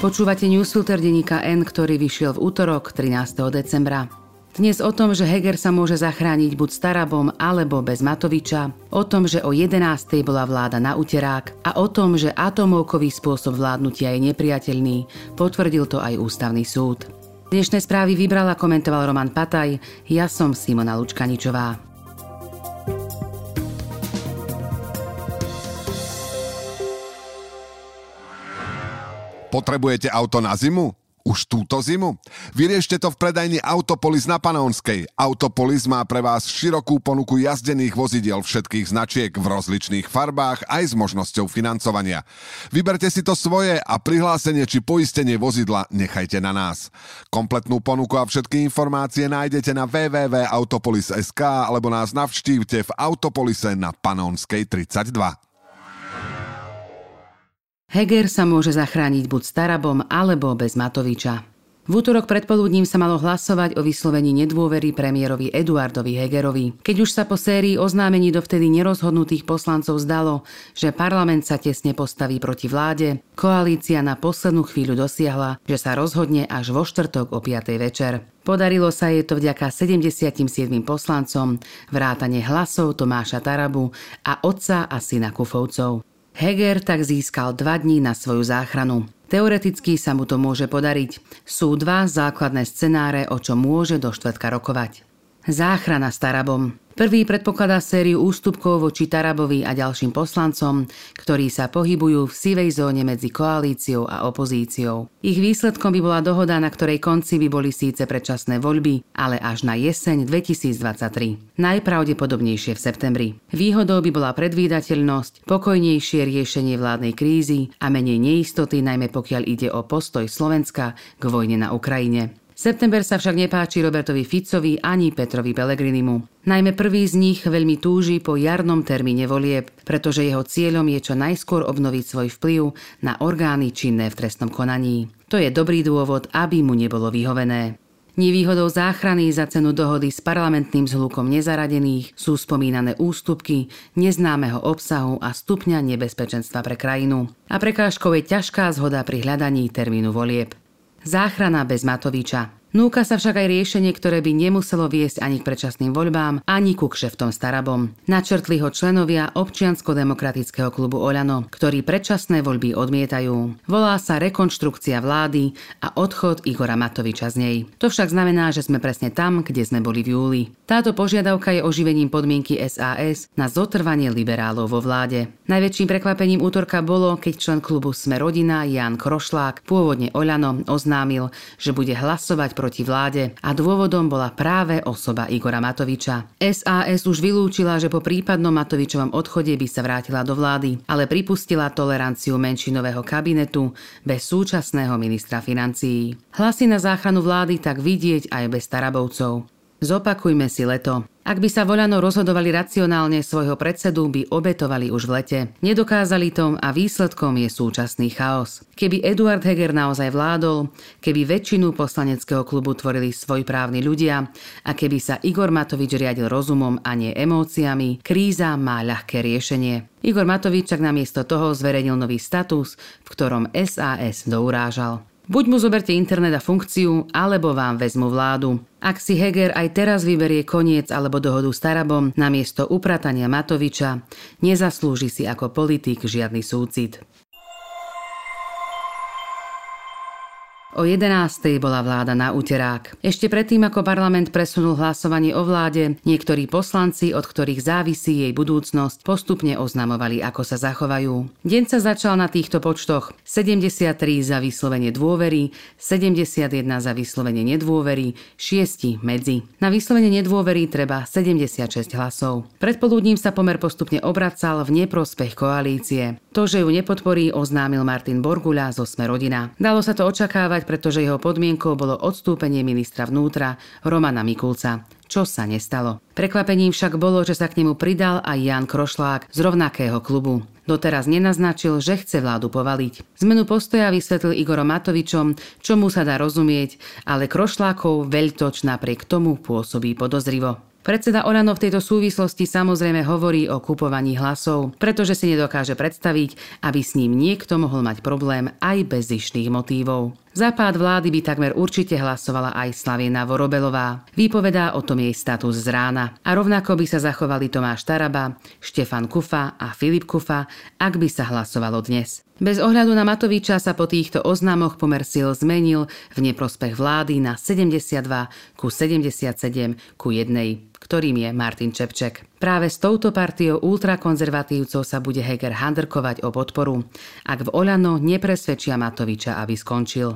Počúvate newsfilter denníka N, ktorý vyšiel v útorok 13. decembra. Dnes o tom, že Heger sa môže zachrániť buď s Tarabom alebo bez Matoviča, o tom, že o 11. bola vláda na uterák a o tom, že atómovkový spôsob vládnutia je nepriateľný, potvrdil to aj Ústavný súd. Dnešné správy vybral a komentoval Roman Pataj, ja som Simona Lučkaničová. Potrebujete auto na zimu? Už túto zimu? Vyriešte to v predajni Autopolis na Panónskej. Autopolis má pre vás širokú ponuku jazdených vozidiel všetkých značiek v rozličných farbách aj s možnosťou financovania. Vyberte si to svoje a prihlásenie či poistenie vozidla nechajte na nás. Kompletnú ponuku a všetky informácie nájdete na www.autopolis.sk alebo nás navštívte v Autopolise na Panónskej 32. Heger sa môže zachrániť buď s Tarabom alebo bez Matoviča. V útorok predpoludním sa malo hlasovať o vyslovení nedôvery premiérovi Eduardovi Hegerovi. Keď už sa po sérii oznámení dovtedy nerozhodnutých poslancov zdalo, že parlament sa tesne postaví proti vláde, koalícia na poslednú chvíľu dosiahla, že sa rozhodne až vo štvrtok o 5. večer. Podarilo sa jej to vďaka 77 poslancom, vrátane hlasov Tomáša Tarabu a otca a syna Kufovcov. Heger tak získal 2 dní na svoju záchranu. Teoreticky sa mu to môže podariť. Sú 2 základné scenáre, o čom môže do štvrtka rokovať. Záchrana s Tarabom. Prvý predpokladá sériu ústupkov voči Tarabovi a ďalším poslancom, ktorí sa pohybujú v sivej zóne medzi koalíciou a opozíciou. Ich výsledkom by bola dohoda, na ktorej konci by boli síce predčasné voľby, ale až na jeseň 2023. Najpravdepodobnejšie v septembri. Výhodou by bola predvídateľnosť, pokojnejšie riešenie vládnej krízy a menej neistoty, najmä pokiaľ ide o postoj Slovenska k vojne na Ukrajine. September sa však nepáči Robertovi Ficovi ani Petrovi Pellegrinimu. Najmä prvý z nich veľmi túži po jarnom termíne volieb, pretože jeho cieľom je čo najskôr obnoviť svoj vplyv na orgány činné v trestnom konaní. To je dobrý dôvod, aby mu nebolo vyhovené. Nevýhodou záchrany za cenu dohody s parlamentným zhlukom nezaradených sú spomínané ústupky, neznámeho obsahu a stupňa nebezpečenstva pre krajinu. A prekážkou je ťažká zhoda pri hľadaní termínu volieb. Záchrana bez Matoviča. Núka sa však aj riešenie, ktoré by nemuselo viesť ani k predčasným voľbám, ani ku kšeftom s Tarabom. Načrtli ho členovia Občiansko-demokratického klubu Oľano, ktorí predčasné voľby odmietajú. Volá sa rekonštrukcia vlády a odchod Igora Matoviča z nej. To však znamená, že sme presne tam, kde sme boli v júli. Táto požiadavka je oživením podmienky SAS na zotrvanie liberálov vo vláde. Najväčším prekvapením útorka bolo, keď člen klubu Sme rodina Ján Krošlák, pôvodne Oľano, oznámil, že bude hlasovať proti vláde a dôvodom bola práve osoba Igora Matoviča. SAS už vylúčila, že po prípadnom Matovičovom odchode by sa vrátila do vlády, ale pripustila toleranciu menšinového kabinetu bez súčasného ministra financií. Hlasy na záchranu vlády tak vidieť aj bez Tarabovcov. Zopakujme si leto. Ak by sa Oľano rozhodovali racionálne, svojho predsedu by obetovali už v lete. Nedokázali to a výsledkom je súčasný chaos. Keby Eduard Heger naozaj vládol, keby väčšinu poslaneckého klubu tvorili svojprávni ľudia a keby sa Igor Matovič riadil rozumom a nie emóciami, kríza má ľahké riešenie. Igor Matovič však namiesto toho zverejnil nový status, v ktorom SAS dourážal. Buď mu zoberte internet a funkciu, alebo vám vezmu vládu. Ak si Heger aj teraz vyberie koniec alebo dohodu s Tarabom namiesto upratania Matoviča, nezaslúži si ako politik žiadny súcit. O 11. bola vláda na uterák. Ešte predtým, ako parlament presunul hlasovanie o vláde, niektorí poslanci, od ktorých závisí jej budúcnosť, postupne oznamovali, ako sa zachovajú. Deň sa začal na týchto počtoch: 73 za vyslovenie dôvery, 71 za vyslovenie nedôvery, 6 medzi. Na vyslovenie nedôvery treba 76 hlasov. Predpoludním sa pomer postupne obracal v neprospech koalície. To, že ju nepodporí, oznámil Martin Borguľa zo Sme rodina. Dalo sa to očakávať, pretože jeho podmienkou bolo odstúpenie ministra vnútra Romana Mikulca, čo sa nestalo. Prekvapením však bolo, že sa k nemu pridal aj Ján Krošlák z rovnakého klubu. Doteraz nenaznačil, že chce vládu povaliť. Zmenu postoja vysvetlil Igorom Matovičom, čomu sa dá rozumieť, ale Krošlákov veľtoč napriek tomu pôsobí podozrivo. Predseda Oľano v tejto súvislosti samozrejme hovorí o kupovaní hlasov, pretože si nedokáže predstaviť, aby s ním niekto mohol mať problém aj bez zištných motívov. Za pád vlády by takmer určite hlasovala aj Slaviena Vorobelová. Vypovedá o tom jej status z rána. A rovnako by sa zachovali Tomáš Taraba, Štefan Kufa a Filip Kufa, ak by sa hlasovalo dnes. Bez ohľadu na Matoviča sa po týchto oznamoch pomer síl zmenil v neprospech vlády na 72-77-1, ktorým je Martin Čepček. Práve s touto partiou ultrakonzervatívcov sa bude Heger handrkovať o podporu, ak v Oľano nepresvedčia Matoviča, aby skončil.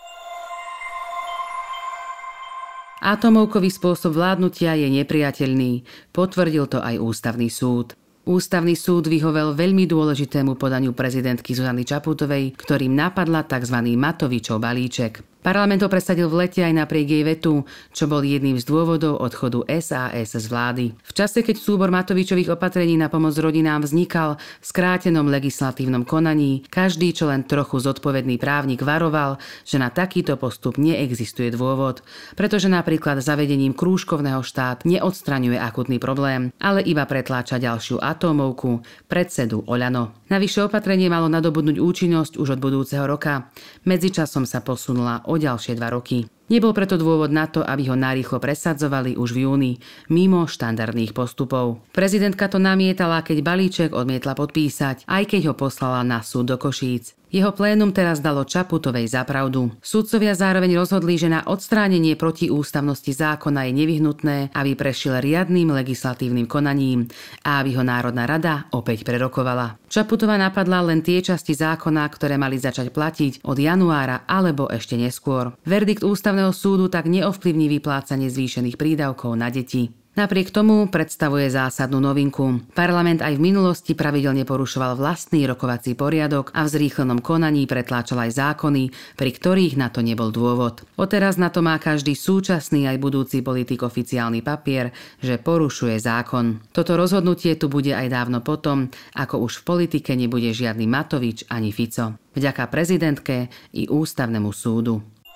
Atomovkový spôsob vládnutia je nepriateľný, potvrdil to aj Ústavný súd. Ústavný súd vyhovel veľmi dôležitému podaniu prezidentky Zuzany Čaputovej, ktorým napadla tzv. Matovičov balíček. Parlament ho presadil v lete aj napriek jej vetu, čo bol jedným z dôvodov odchodu SAS z vlády. V čase, keď súbor Matovičových opatrení na pomoc rodinám vznikal v skrátenom legislatívnom konaní, každý, čo len trochu zodpovedný právnik varoval, že na takýto postup neexistuje dôvod, pretože napríklad zavedením krúžkovného štát neodstraňuje akutný problém, ale iba pretláča ďalšiu atómovku, predsedu Oľano. Navyše opatrenie malo nadobudnúť účinnosť už od budúceho roka. Medzičasom sa posunula o ďalšie 2 roky. Nebol preto dôvod na to, aby ho narýchlo presadzovali už v júni, mimo štandardných postupov. Prezidentka to namietala, keď balíček odmietla podpísať, aj keď ho poslala na súd do Košíc. Jeho plénum teraz dalo Čaputovej za pravdu. Sudcovia zároveň rozhodli, že na odstránenie protiústavnosti zákona je nevyhnutné, aby prešiel riadnym legislatívnym konaním a aby ho Národná rada opäť prerokovala. Čaputová napadla len tie časti zákona, ktoré mali začať platiť od januára alebo ešte neskôr. Verdikt Ústavného súdu tak neovplyvní vyplácanie zvýšených prídavkov na deti. Napriek tomu predstavuje zásadnú novinku. Parlament aj v minulosti pravidelne porušoval vlastný rokovací poriadok a v zrýchlenom konaní pretláčal aj zákony, pri ktorých na to nebol dôvod. Odteraz na to má každý súčasný aj budúci politik oficiálny papier, že porušuje zákon. Toto rozhodnutie tu bude aj dávno potom, ako už v politike nebude žiadny Matovič ani Fico. Vďaka prezidentke i Ústavnému súdu.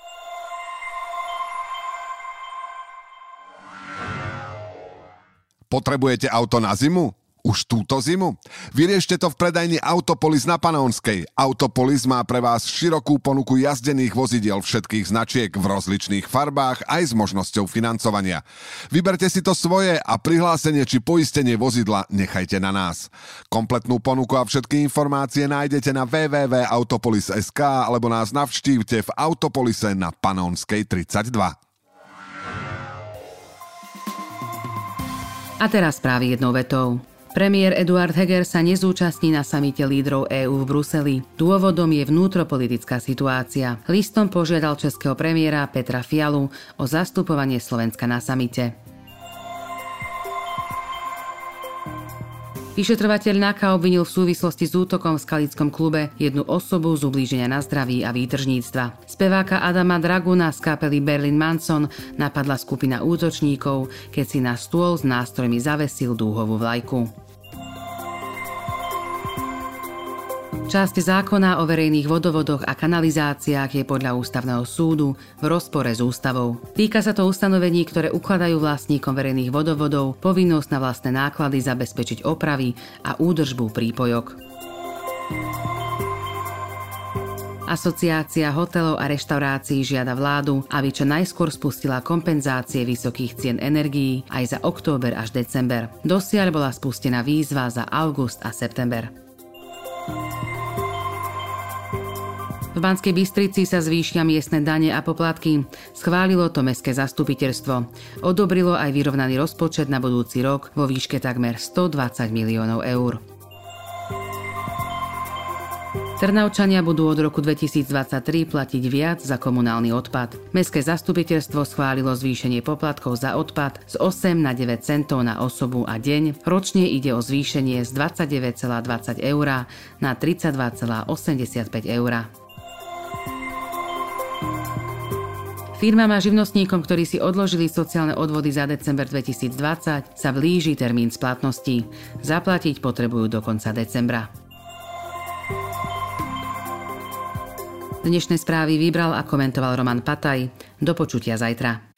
Potrebujete auto na zimu? Už túto zimu? Vyriešte to v predajni Autopolis na Panónskej. Autopolis má pre vás širokú ponuku jazdených vozidiel všetkých značiek v rozličných farbách aj s možnosťou financovania. Vyberte si to svoje a prihlásenie či poistenie vozidla nechajte na nás. Kompletnú ponuku a všetky informácie nájdete na www.autopolis.sk alebo nás navštívte v Autopolise na Panónskej 32. A teraz správy jednou vetou. Premiér Eduard Heger sa nezúčastní na samite lídrov EÚ v Bruseli. Dôvodom je vnútropolitická situácia. Listom požiadal českého premiéra Petra Fialu o zastupovanie Slovenska na samite. Vyšetrovateľ NAKA obvinil v súvislosti s útokom v skalickom klube jednu osobu z ublíženia na zdraví a výtržníctva. Speváka Adama Draguna z kapely Berlin Manson napadla skupina útočníkov, keď si na stôl s nástrojmi zavesil dúhovú vlajku. Časť zákona o verejných vodovodoch a kanalizáciách je podľa Ústavného súdu v rozpore s ústavou. Týka sa to ustanovení, ktoré ukladajú vlastníkom verejných vodovodov povinnosť na vlastné náklady zabezpečiť opravy a údržbu prípojok. Asociácia hotelov a reštaurácií žiada vládu, aby čo najskôr spustila kompenzácie vysokých cien energií aj za október až december. Dosiaľ bola spustená výzva za august a september. V Banskej Bystrici sa zvýšia miestne dane a poplatky. Schválilo to mestské zastupiteľstvo. Odobrilo aj vyrovnaný rozpočet na budúci rok vo výške takmer 120 miliónov eur. Trnavčania budú od roku 2023 platiť viac za komunálny odpad. Mestské zastupiteľstvo schválilo zvýšenie poplatkov za odpad z 8 na 9 centov na osobu a deň. Ročne ide o zvýšenie z 29,20 eur na 32,85 eur. Firmám a živnostníkom, ktorí si odložili sociálne odvody za december 2020, sa blíži termín splatnosti. Zaplatiť potrebujú do konca decembra. Dnešné správy vybral a komentoval Roman Pataj. Do počutia zajtra.